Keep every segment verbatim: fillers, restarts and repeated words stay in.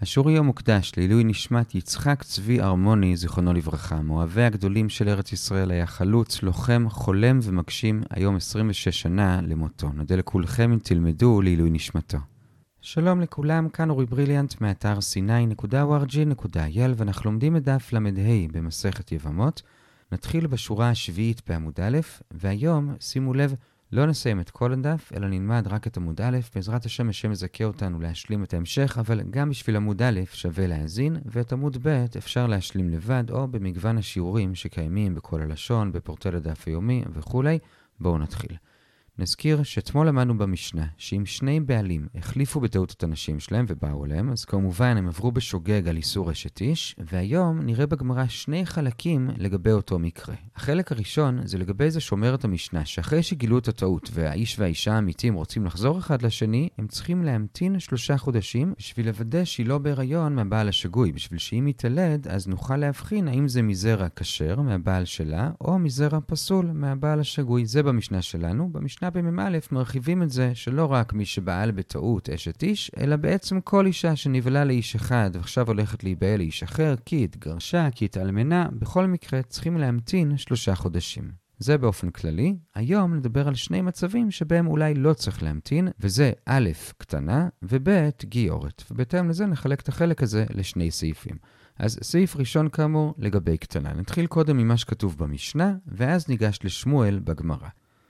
השיעור היום מוקדש לעילוי נשמת יצחק צבי ארמוני, זיכרונו לברכה, מאוהבי הגדולים של ארץ ישראל, היה חלוץ, לוחם, חולם ומגשים, היום עשרים ושש שנה למותו. נודה לכולכם אם תלמדו לעילוי נשמתו. שלום לכולם, כאן אורי בריליאנט מאתר סיני נקודה או אר ג'י נקודה איי אל, ואנחנו לומדים את דף למד ה' במסכת יבמות. נתחיל בשורה השביעית בעמוד א', והיום, שימו לב, לא נסיים את כל הדף, אלא נלמד רק את עמוד א', בעזרת השם השם מזכה אותנו להשלים את ההמשך, אבל גם בשביל עמוד א' שווה להאזין, ואת עמוד ב' אפשר להשלים לבד, או במגוון השיעורים שקיימים בכל הלשון, בפורטל הדף היומי וכו'. בואו נתחיל. נזכיר שאתמול למדנו במשנה שאם שני בעלים החליפו בטעות את הנשים שלהם ובאו אליהם, אז כמובן הם עברו בשוגג על איסור אשת איש, והיום נראה בגמרא שני חלקים לגבי אותו מקרה. החלק הראשון זה לגבי זה שאומרת המשנה, שאחרי שגילו את הטעות והאיש והאישה האמיתיים רוצים לחזור אחד לשני, הם צריכים להמתין שלושה חודשים בשביל לוודא שהיא לא בהיריון מהבעל השגוי, בשביל שאם היא תלד אז נוכל להבחין האם זה מזרע כשר מהבעל שלה או מזרע פסול מהבעל השגוי. זה במשנה שלנו. במשנה במ"א מרחיבים את זה שלא רק מי שבעל בטעות אשת איש, אלא בעצם כל אישה שנבלה לאיש אחד ועכשיו הולכת להיבעל לאיש אחר, כי התגרשה, כי התאלמנה, בכל מקרה צריכים להמתין שלושה חודשים. זה באופן כללי. היום נדבר על שני מצבים שבהם אולי לא צריך להמתין, וזה א' קטנה וב' גיורת. ובהתאם לזה נחלק את החלק הזה לשני סעיפים. אז סעיף ראשון כאמור לגבי קטנה. נתחיל קודם ממה שכתוב במשנה, ואז ניגש לשמואל בגמרא.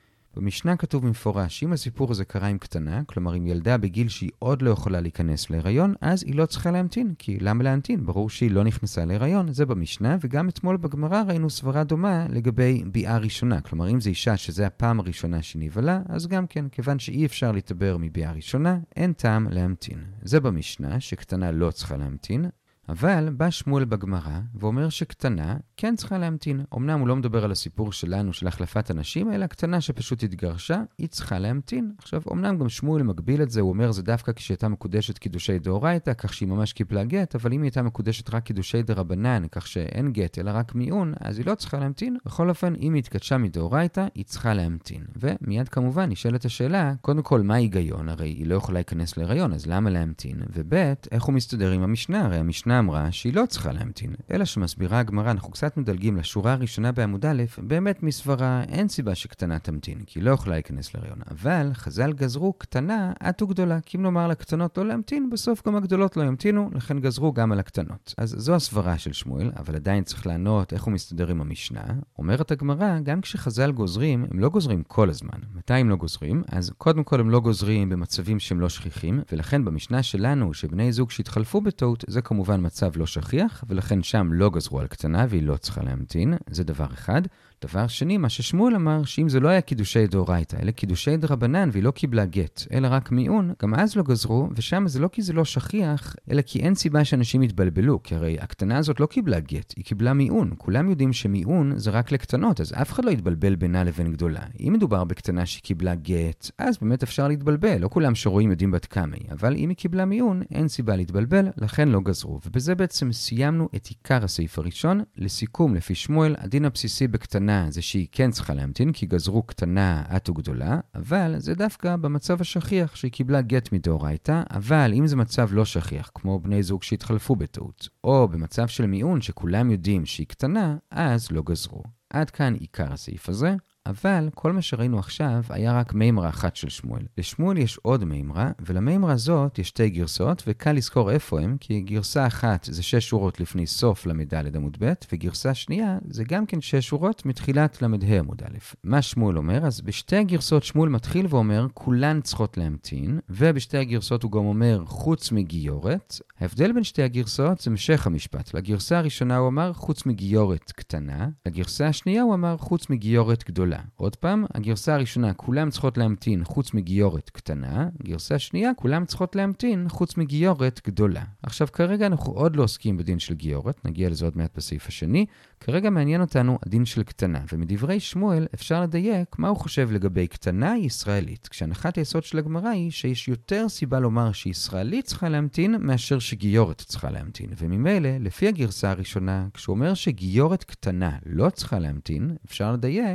במשנה כתוב במפורש שאם הסיפור הזה קרה עם קטנה, כלומר עם ילדה בגיל שהיא עוד לא יכולה להיכנס להיריון, אז היא לא צריכה להמתין, כי למה להמתין? ברור שהיא לא נכנסה להיריון, זה במשנה, וגם אתמול בגמרא ראינו סברה דומה לגבי ביאה ראשונה, כלומר אם זו אישה שזה הפעם הראשונה שהיא נבלה, אז גם כן, כיוון שאי אפשר להתבר מביאה ראשונה, אין טעם להמתין. זה במשנה שקטנה לא צריכה להמתין, אבל בא שמואל בגמרא ואומר שקטנה כן צריכה להמתין. אמנם הוא לא מדבר על הסיפור שלנו של החלפת אנשים, אלא קטנה שפשוט התגרשה, היא צריכה להמתין. עכשיו, אמנם גם שמואל מגביל את זה, הוא אומר זה דווקא כשהייתה מקודשת קידושי דאורייתא, כך שהיא ממש קיבלה גט, אבל אם היא הייתה מקודשת רק קידושי דרבנן, כך שאין גט אלא רק מיון, אז היא לא צריכה להמתין. בכל אופן, אם היא התקדשה מדאורייתא, היא צריכה להמתין. ומיד כמובן נשאלת השאלה, קודם כל מה ההיגיון? הרי היא לא יכולה להיכנס להיריון, אז למה להמתין? ובית, איך הוא מסתדר עם המשנה? הרי המשנה אמרה שהיא לא צריכה להמתין. אלא שמסבירה הגמרא, אנחנו קצת מדלגים לשורה הראשונה בעמוד א', באמת מסברה אין סיבה שקטנה תמתין, כי היא לא יכולה להיכנס להיריון. אבל חז"ל גזרו קטנה עד וגדולה, כי אם נאמר לקטנות לא להמתין, בסוף גם הגדולות לא ימתינו, לכן גזרו גם על הקטנות. אז זו הסברה של שמואל, אבל עדיין צריך לענות איך הוא מסתדר עם המשנה. אומרת הגמרא, גם כשחז"ל גוזרים, הם לא גוזרים כל הזמן. מתי הם לא גוזרים? אז קודם כל הם לא גוזרים במצבים שהם לא שכיחים, ולכן במשנה שלנו שבני זוג שהתחלפו בטעות, זה כמובן מצב לא שכיח, ולכן שם לא גזרו על קטנה והיא לא צריכה להמתין. זה דבר אחד. דבר שני, מה ששמואל אמר, שאם זה לא היה קידושי דאורייתא, אלא קידושי דרבנן והיא לא קיבלה גט, אלא רק מיון, גם אז לא גזרו, ושם זה לא כי זה לא שכיח, אלא כי אין סיבה שאנשים יתבלבלו, כי הרי הקטנה הזאת לא קיבלה גט, היא קיבלה מיון. כולם יודעים שמיון זה רק לקטנות, אז אף אחד לא יתבלבל בינה לבין גדולה. אם מדובר בקטנה שקיבלה גט, אז באמת אפשר להתבלבל, לא כולם שרואים יודעים בת כמה היא, אבל אם היא קיבלה מיון, אין סיבה להתבלבל, לכן לא גזרו. ובזה בעצם סיימנו את עיקר הסעיף הראשון. לסיכום, לפי שמואל, הדין הבסיסי בקטנה זה שהיא כן צריכה להמתין, כי גזרו קטנה עד וגדולה, אבל זה דווקא במצב השכיח שהיא קיבלה גט מדאורייתא. אבל אם זה מצב לא שכיח, כמו בני זוג שהתחלפו בטעות, או במצב של מיון שכולם יודעים שהיא קטנה, אז לא גזרו. עד כאן עיקר הסעיף הזה. אבל כל מה שראינו עכשיו היה רק מימרה אחת של שמואל. לשמואל יש עוד מימרה, ולמימרה הזאת יש שתי גרסאות, וקל לזכור איפה הם, כי גרסה אחת זה שש שורות לפני סוף למד ד' עמוד ב', וגרסה שנייה זה גם כן שש שורות מתחילת למד ה' עמוד א'. מה שמואל אומר? אז בשתי הגרסאות שמואל מתחיל ואומר, כולן צריכות להמתין, ובשתי הגרסאות הוא גם אומר, חוץ מגיורת. ההבדל בין שתי הגרסאות זה משך המשפט. לגרסה הראשונה הוא אמר, חוץ מגיורת קטנה, לגרסה השנייה הוא אמר, חוץ מגיורת גדולה. עוד פעם, הגרסה הראשונה, כולם צריכות להמתין חוץ מגיורת קטנה, גרסה שנייה, כולם צריכות להמתין חוץ מגיורת גדולה. עכשיו, כרגע אנחנו עוד לא עוסקים בדין של גיורת, נגיע לזה עוד מעט בסעיף השני. כרגע מעניין אותנו הדין של קטנה, ומדברי שמואל אפשר לדייק מה הוא חושב לגבי קטנה ישראלית, כשהנחת היסוד של הגמרא היא שיש יותר סיבה לומר שישראלית צריכה להמתין מאשר שגיורת צריכה להמתין. וממילא, לפי הגרסה הראשונה, כשהוא אומר שגיורת קטנה לא צריכה להמתין, אפשר לדייק שדווקא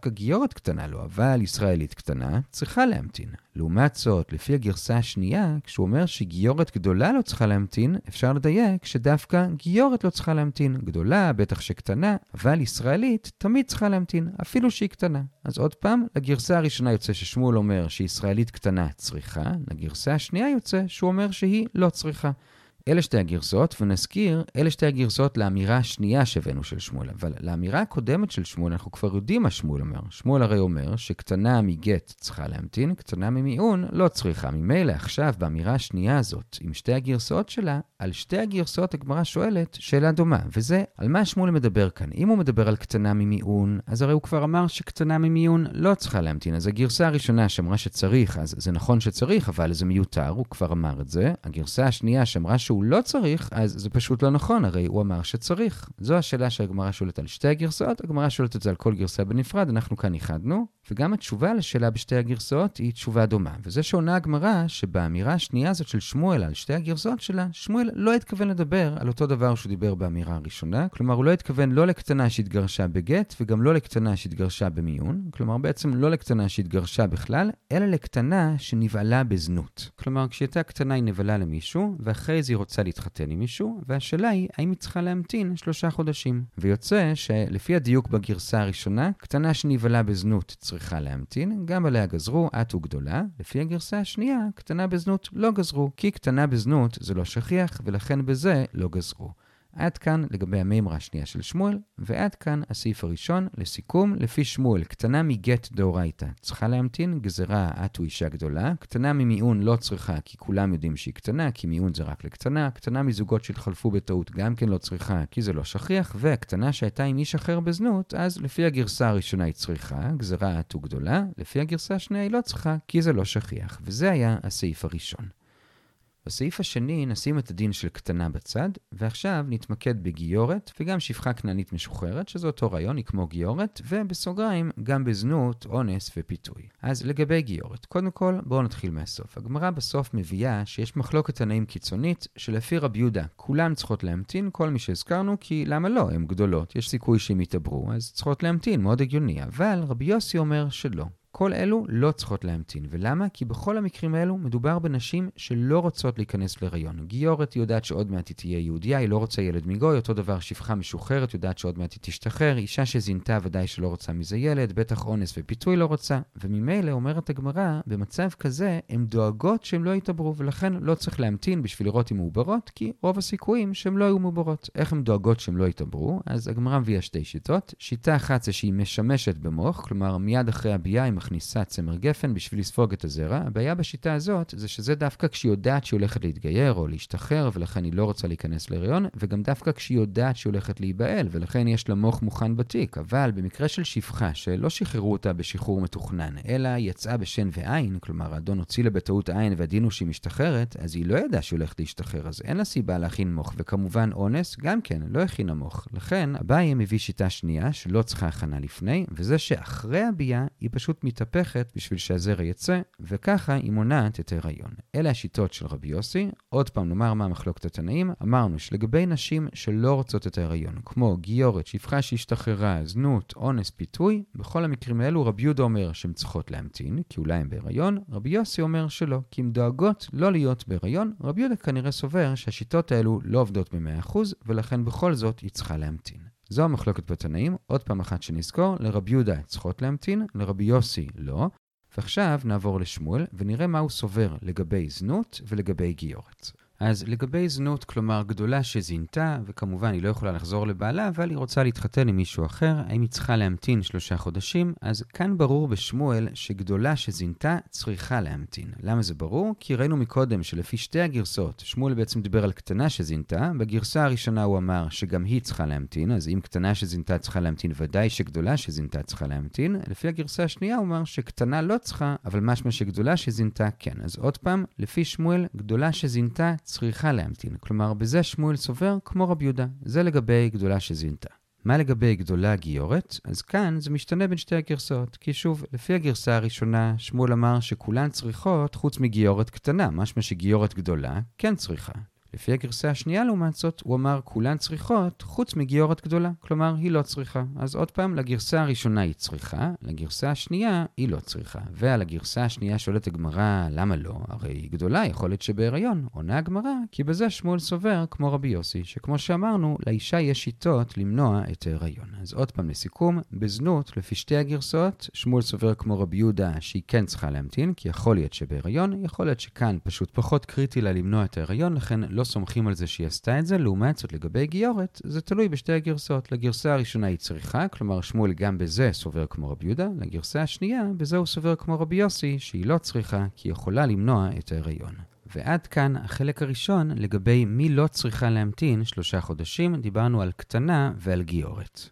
שדווקא גיורת קטנה לא, אבל ישראלית קטנה צריכה להמתין. לעומת זאת, לפי הגרסה השנייה, כשהוא אומר שגיורת גדולה לא צריכה להמתין, אפשר לדייק שדווקא גיורת לא צריכה להמתין. גדולה, בטח שקטנה, אבל ישראלית תמיד צריכה להמתין, אפילו שהיא קטנה. אז עוד פעם, לגרסה הראשונה יוצא ששמואל אומר שישראלית קטנה צריכה, לגרסה השנייה יוצא שהוא אומר שהיא לא צריכה. אלה שתי הגרסאות, ונזכיר, אלה שתי הגרסאות לאמירה השנייה שהבאנו של שמואל. אבל לאמירה הקודמת של שמואל, אנחנו כבר יודעים מה שמואל אומר. שמואל הרי אומר שקטנה מגט צריכה להמתין, קטנה ממיעון לא צריכה. ממילא עכשיו, באמירה השנייה הזאת, עם שתי הגרסאות שלה, על שתי הגרסאות הגמרא שואלת שאלה דומה. וזה, על מה שמואל מדבר כאן? אם הוא מדבר על קטנה ממיעון, אז הרי הוא כבר אמר שקטנה ממיעון לא צריכה להמתין. אז הגרסה הראשונה שאמרה שצריך, אז זה נכון שצריך, אבל זה מיותר, הוא כבר אמר את זה. הגרסה השנייה שאמרה שהוא לא צריך, אז זה פשוט לא נכון, הרי הוא אמר שצריך. זו השאלה שהגמרא שואלת על שתי הגרסאות, הגמרא שואלת את זה על כל גרסה בנפרד, אנחנו כאן איחדנו, וגם התשובה לשאלה בשתי הגרסאות היא תשובה דומה. וזה שעונה הגמרא שבאמירה השנייה הזאת של שמואל על שתי הגרסאות שלה, שמואל לא התכוון לדבר על אותו דבר שהוא דיבר באמירה הראשונה, כלומר הוא לא התכוון לא לקטנה שהתגרשה בגט, וגם לא לקטנה שהתגרשה במיון, כלומר בעצם לא לקטנה שהתגרשה בכלל, אלא לקטנה שנבעלה בזנות. כלומר כשהייתה קטנה היא נבעלה למישהו, ואחרי זה היא רוצה להתחתן עם מישהו, והשאלה היא האם היא צריכה להמתין שלושה חודשים. ויוצא שלפי הדיוק בגרסה הראשונה, קטנה שנבעלה בזנות צריכה להמתין, גם עליה גזרו, עטו גדולה. לפי הגרסה השנייה, קטנה בזנות לא גזרו, כי קטנה בזנות זה לא שכיח, ולכן בזה לא גזרו. עד כאן לגבי המימרה השנייה של שמואל, ועד כאן הסעיף הראשון. לסיכום, לפי שמואל, קטנה מגט דאורייתא צריכה להמתין, גזרה עטו אישה גדולה, קטנה ממיעון לא צריכה, כי כולם יודעים שהיא קטנה, כי מיעון זה רק לקטנה, קטנה מזוגות שהתחלפו בטעות גם כן לא צריכה, כי זה לא שכיח, וקטנה שהייתה עם איש אחר בזנות, אז לפי הגרסה הראשונה היא צריכה, גזרה עטו גדולה, לפי הגרסה השנייה היא לא צריכה, כי זה לא שכיח, וזה היה הסעיף הראשון. בסעיף השני נשים את הדין של קטנה בצד, ועכשיו נתמקד בגיורת וגם שפחה כנענית משוחררת, שזה אותו רעיון, היא כמו גיורת, ובסוגריים גם בזנות, אונס ופיתוי. אז לגבי גיורת, קודם כל בואו נתחיל מהסוף. הגמרא בסוף מביאה שיש מחלוקת תנאים קיצונית, שלפי רבי יהודה כולן צריכות להמתין, כל מי שהזכרנו, כי למה לא? הן גדולות, יש סיכוי שהם יתעברו, אז צריכות להמתין, מאוד הגיוני, אבל רבי יוסי אומר שלא. כל אלו לא צריכות להמתין. ולמה? כי בכל המקרים האלו מדובר בנשים שלא רוצות להיכנס להיריון. גיורת יודעת שעוד מעט היא תהיה יהודיה, היא לא רוצה ילד מגוי, אותו דבר שפחה משוחררת יודעת שעוד מעט היא תשתחרר, אישה שזינתה ודאי שלא רוצה מזה ילד, בטח אונס ופיתוי לא רוצה. וממילא אומרת הגמרא, במצב כזה הן דואגות שהן לא יתעברו, ולכן לא צריך להמתין בשביל לראות אם מעוברות, כי רוב הסיכויים שהן לא היו מעוברות. איך הן דואגות שהן לא יתעברו? אז הגמרא מביאה שתי שיטות. שיטה אחת זה שהיא משמשת במוח, כלומר מיד אחרי הביאה היא מכניסה צמר גפן בשביל לספוג את הזרע. הבעיה בשיטה הזאת זה שזה דווקא כשהיא יודעת שהיא הולכת להתגייר או להשתחרר, ולכן היא לא רוצה להיכנס להיריון, וגם דווקא כשהיא יודעת שהיא הולכת להיבעל, ולכן יש לה מוח מוכן בתיק. אבל במקרה של שפחה שלא שחררו אותה בשחרור מתוכנן, אלא יצאה בשן ועין, כלומר האדון הוציא לה בטעות עין והדין הוא שהיא משתחררת, אז היא לא ידעה שהיא הולכת להשתחרר, אז אין לה סיבה להכין מוח, וכמובן אונס גם כן לא הכינה מוח. לכן אביי מביא שיטה שנייה שלא צריכה הכנה לפני, וזה שאחרי הביאה היא פשוט מתהפכת בשביל שהזרע יצא, וככה היא מונעת את ההיריון. אלה השיטות של רבי יוסי. עוד פעם נאמר מה מחלוקת התנאים. אמרנו שלגבי נשים שלא רוצות את ההיריון, כמו גיורת, שפחה שהשתחררה, זנות, אונס, פיתוי, בכל המקרים האלו רבי יהודה אומר שהן צריכות להמתין, כי אולי הן בהיריון. רבי יוסי אומר שלא, כי הן דואגות לא להיות בהיריון. רבי יהודה כנראה סובר שהשיטות האלו לא עובדות ב-מאה אחוז, ולכן בכל זאת היא צריכה להמתין. זו המחלוקת בתנאים. עוד פעם אחת שנזכור, לרבי יהודה צריכות להמתין, לרבי יוסי לא. ועכשיו נעבור לשמואל ונראה מה הוא סובר לגבי זנות ולגבי גיורת. אז לגבי זנות, כלומר גדולה שזינתה, וכמובן היא לא יכולה לחזור לבעלה, אבל היא רוצה להתחתן עם מישהו אחר, האם היא צריכה להמתין שלושה חודשים? אז כאן ברור בשמואל שגדולה שזינתה צריכה להמתין. למה זה ברור? כי ראינו מקודם שלפי שתי הגרסאות, שמואל בעצם דיבר על קטנה שזינתה, בגרסה הראשונה הוא אמר שגם היא צריכה להמתין, אז אם קטנה שזינתה צריכה להמתין, ודאי שגדולה שזינתה צריכה להמתין. לפי הגרסה השנייה הוא אמר שקטנה לא צריכה, אבל משמע שגדולה שזינתה כן. אז עוד פעם, לפי שמואל, גדולה שזינתה צריכה להמתין. כלומר, בזה שמואל סובר כמו רבי יהודה. זה לגבי גדולה שזינתה. מה לגבי גדולה גיורת? אז כאן זה משתנה בין שתי הגרסאות. כי שוב, לפי הגרסה הראשונה, שמואל אמר שכולן צריכות חוץ מגיורת קטנה. משמע שגיורת גדולה כן צריכה. לפי הגרסה השנייה לעומת זאת, הוא אמר כולן צריכות חוץ מגיורת גדולה. כלומר, היא לא צריכה. אז עוד פעם, לגרסה הראשונה היא צריכה, לגרסה השנייה היא לא צריכה. ועל הגרסה השנייה שואלת הגמרא, למה לא? הרי היא גדולה, יכול להיות שבהיריון. עונה הגמרא, כי בזה שמואל סובר כמו רבי יוסי, שכמו שאמרנו, לאישה יש שיטות למנוע את ההיריון. אז עוד פעם לסיכום, בזנות, לפי שתי הגרסאות, שמואל סובר כמו רבי יהודה שהיא כן צריכה להמתין, כי יכול להיות שבהיריון, יכול להיות שכאן פשוט פחות קריטי לה למנוע את ההיריון, לכן לא סומכים על זה שהיא עשתה את זה. לעומת זאת לגבי גיורת, זה תלוי בשתי הגרסאות. לגרסה הראשונה היא צריכה, כלומר שמואל גם בזה סובר כמו רבי יהודה, לגרסה השנייה, בזה הוא סובר כמו רבי יוסי, שהיא לא צריכה, כי היא יכולה למנוע את ההיריון. ועד כאן החלק הראשון לגבי מי לא צריכה להמתין שלושה חודשים, דיברנו על קטנה ועל גיורת.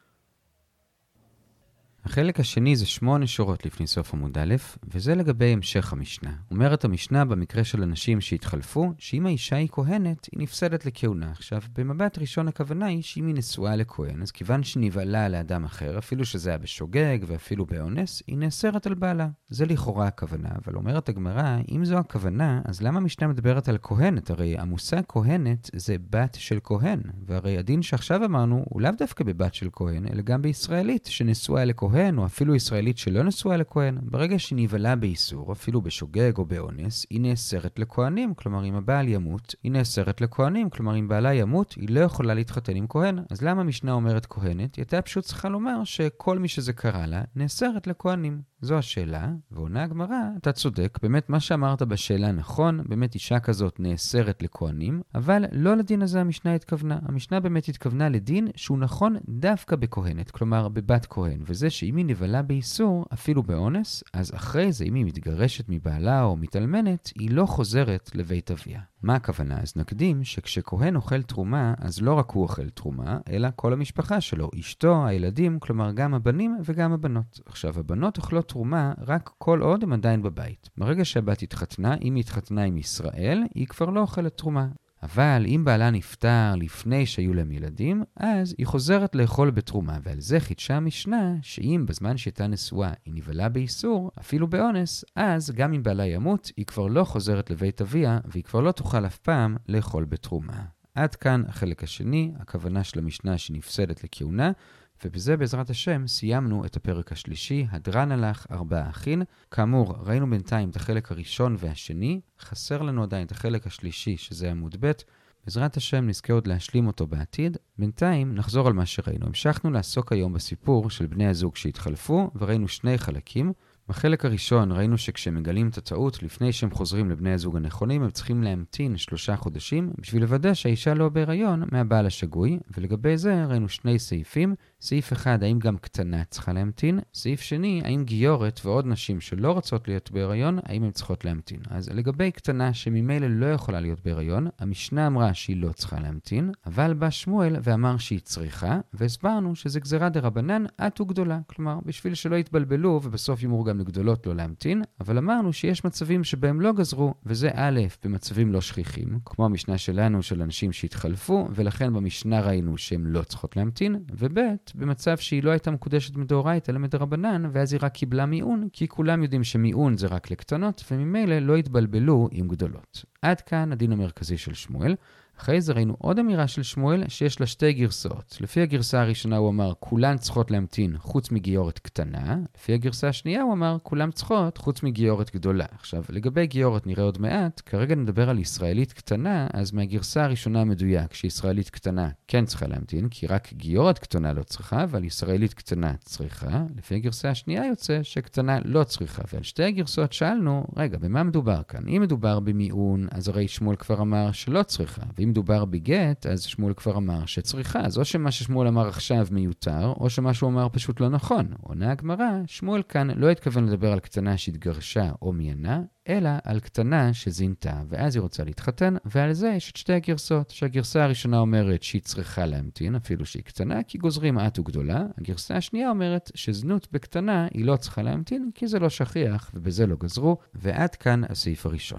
החלק השני זה שמונה שורות לפני סוף עמוד א', וזה לגבי המשך המשנה. אומרת המשנה במקרה של אנשים שהתחלפו, שאם האישה היא כהנת, היא נפסדת לכהונה. עכשיו, במבט ראשון הכוונה היא שאם היא נשואה לכהן, אז כיוון שנבעלה לאדם אחר, אפילו שזה היה בשוגג ואפילו באונס, היא נאסרת על בעלה. זה לכאורה הכוונה, אבל אומרת הגמרא, אם זו הכוונה, אז למה המשנה מדברת על כהנת? הרי המושג כהנת זה בת של כהן, והרי הדין שעכשיו אמרנו הוא לאו דווקא בבת של כהן, אלא גם בישראלית שנשואה לכהן. או אפילו ישראלית שלא נשואה לכהן, ברגע שהיא נבעלה באיסור, אפילו בשוגג או באונס, היא נאסרת לכהנים. כלומר, אם הבעל ימות, היא נאסרת לכהנים. כלומר, אם בעלה ימות, היא לא יכולה להתחתן עם כהן. אז למה המשנה אומרת כהנת? היא הייתה פשוט צריכה לומר שכל מי שזה קרה לה, נאסרת לכהנים. זו השאלה, ועונה הגמרא, אתה צודק, באמת מה שאמרת בשאלה נכון, באמת אישה כזאת נאסרת לכהנים, אבל לא לדין הזה המשנה התכוונה. המשנה באמת התכוונה לדין שהוא נכון דווקא בכהנת, כלומר בבת כהן, וזה שאם היא נבעלה באיסור, אפילו באונס, אז אחרי זה אם היא מתגרשת מבעלה או מתאלמנת, היא לא חוזרת לבית אביה. מה הכוונה? אז נקדים שכשכהן אוכל תרומה, אז לא רק הוא אוכל תרומה, אלא כל המשפחה שלו, אשתו, הילדים, כלומר גם הבנים וגם הבנות. עכשיו, הבנות אוכלות תרומה רק כל עוד הם עדיין בבית. ברגע שהבת התחתנה, אם היא התחתנה עם ישראל, היא כבר לא אוכלת תרומה. אבל אם בעלה נפטר לפני שהיו להם ילדים, אז היא חוזרת לאכול בתרומה, ועל זה חידשה המשנה שאם בזמן שהייתה נשואה היא נבעלה באיסור, אפילו באונס, אז גם אם בעלה ימות, היא כבר לא חוזרת לבית אביה, והיא כבר לא תוכל אף פעם לאכול בתרומה. עד כאן החלק השני, הכוונה של המשנה שנפסדת לכהונה, ובזה בעזרת השם סיימנו את הפרק השלישי, הדרן הלך ארבעה אחין. כאמור, ראינו בינתיים את החלק הראשון והשני, חסר לנו עדיין את החלק השלישי שזה עמוד ב', בעזרת השם נזכה עוד להשלים אותו בעתיד. בינתיים נחזור על מה שראינו. המשכנו לעסוק היום בסיפור של בני הזוג שהתחלפו, וראינו שני חלקים. בחלק הראשון ראינו שכשהם מגלים את הטעות לפני שהם חוזרים לבני הזוג הנכונים, הם צריכים להמתין שלושה חודשים בשביל לוודא שהאישה לא בהיריון מהבעל השגוי, ולגבי זה ראינו שני סעיפים. סעיף אחד, האם גם קטנה צריכה להמתין? סעיף שני, האם גיורת ועוד נשים שלא רוצות להיות בהיריון, האם הן צריכות להמתין? אז לגבי קטנה שממילא לא יכולה להיות בהיריון, המשנה אמרה שהיא לא צריכה להמתין, אבל בא שמואל ואמר שהיא צריכה, והסברנו שזה גזירה דרבנן עד וגדולה. כלומר, בשביל שלא יתבלבלו ובסוף ימור גם לגדולות לא להמתין, אבל אמרנו שיש מצבים שבהם לא גזרו, וזה א' במצבים לא שכיחים, כמו המשנה שלנו של אנשים שהתחלפו, ולכן במשנה ראינו שהם לא צריכות להמתין, וב' במצב שהיא לא הייתה מקודשת מדאורייתא אלא מדרבנן, ואז היא רק קיבלה מיעון, כי כולם יודעים שמיעון זה רק לקטנות, וממילא לא יתבלבלו עם גדולות. עד כאן הדין המרכזי של שמואל. אחרי זה ראינו עוד אמירה של שמואל שיש לה שתי גרסאות. לפי הגרסה הראשונה הוא אמר כולן צריכות להמתין חוץ מגיורת קטנה. לפי הגרסה השנייה הוא אמר כולן צריכות חוץ מגיורת גדולה. עכשיו לגבי גיורת נראה עוד מעט, כרגע נדבר על ישראלית קטנה, אז מהגרסה הראשונה מדויק שישראלית קטנה כן צריכה להמתין, כי רק גיורת קטנה לא צריכה, אבל ישראלית קטנה צריכה. לפי הגרסה השנייה יוצא שקטנה לא צריכה, ועל שתי הגרסאות שאלנו, רגע, במה מדובר כאן? אם מדובר במיעון, אז הרי שמואל כבר אמר שלא צריכה, ואם מדובר בגט, אז שמואל כבר אמר שצריכה. אז או שמה ששמואל אמר עכשיו מיותר, או שמה שהוא אמר פשוט לא נכון. עונה הגמרא, שמואל כאן לא התכוון לדבר על קטנה שהתגרשה או מיינה, אלא על קטנה שזינתה, ואז היא רוצה להתחתן, ועל זה יש את שתי הגרסות, שהגרסה הראשונה אומרת שהיא צריכה להמתין, אפילו שהיא קטנה, כי גוזרים מעט וגדולה. הגרסה השנייה אומרת שזנות בקטנה היא לא צריכה להמתין, כי זה לא שכיח, ובזה לא גזרו, ועד כאן הסעיף הראשון.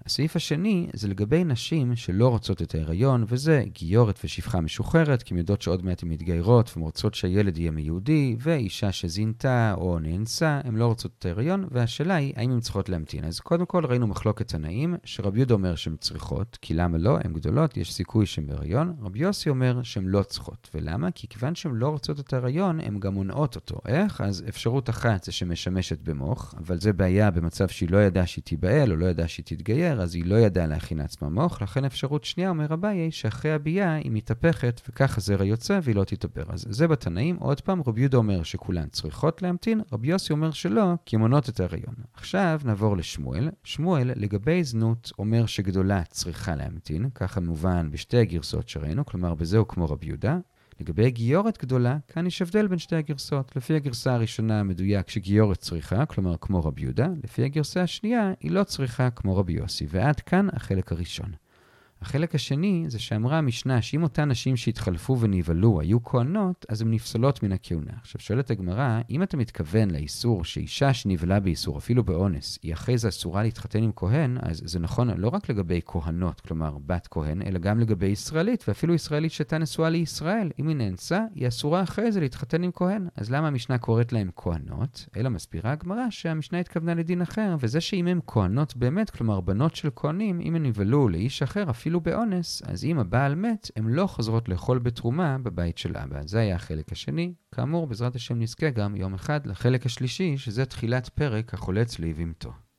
הסעיף השני זה לגבי נשים שלא רוצות את ההיריון, וזה גיורת ושפחה משוחררת, כי הן יודעות שעוד מעט הן מתגיירות ורוצות שהילד יהיה מיהודי, ואישה שזינתה או נאנסה, הן לא רוצות את ההיריון, והשאלה היא האם הן צריכות להמתין. אז קודם כל ראינו מחלוקת תנאים, שרבי יהודה אומר שהן צריכות, כי למה לא? הן גדולות, יש סיכוי שהן בהיריון. רבי יוסי אומר שהן לא צריכות. ולמה? כי כיוון שהן לא רוצות את ההיריון, הן גם מונעות אותו. איך? אז אפשרות אחת זה שמשמשת במוח, אבל זה בעיה במצב שהיא לא ידעה שהיא תיבעל או לא ידעה שהיא תתגייר, אז היא לא ידעה להכין לעצמה מוח. לכן אפשרות שנייה אומר אביי שאחרי הביאה היא מתהפכת וכך הזרע יוצא והיא לא תתעבר. אז זה בתנאים. עוד פעם רבי יהודה אומר שכולן צריכות להמתין, רבי יוסי אומר שלא, כי מונעות את ההיריון. עכשיו נעבור לשמואל. שמואל לגבי זנות אומר שגדולה צריכה להמתין, ככה מובן בשתי הגרסאות שראינו, כלומר בזה הוא כמו רבי יהודה. לגבי גיורת גדולה, כאן יש הבדל בין שתי הגרסאות. לפי הגרסה הראשונה מדויק שגיורת צריכה, כלומר כמו רבי יהודה. לפי הגרסה השנייה היא לא צריכה כמו רבי יוסי. ועד כאן החלק הראשון. החלק השני זה שאמרה המשנה שאם אותן נשים שהתחלפו ונבלו היו כהנות, אז הן נפסלות מן הכהונה. עכשיו שואלת הגמרא, אם אתה מתכוון לאיסור שאישה שנבלה באיסור, אפילו באונס, היא אחרי זה אסורה להתחתן עם כהן, אז זה נכון לא רק לגבי כהנות, כלומר בת כהן, אלא גם לגבי ישראלית, ואפילו ישראלית שהייתה נשואה לישראל. אם היא נאנסה, היא אסורה אחרי זה להתחתן עם כהן. אז למה המשנה קוראת להם כהנות? אלא מסבירה הגמרא שהמשנה התכוונה לדין אחר, וזה שאם הם כהנות באמת, כלומר בנות של כהנים, אם הם נבלו לאיש אחר, אפילו באונס, אז אם הבעל מת, הן לא חוזרות לאכול בתרומה בבית של אבא. זה היה החלק השני. כאמור, בעזרת השם נזכה גם יום אחד לחלק השלישי, שזה תחילת פרק החולץ לאיבימתו.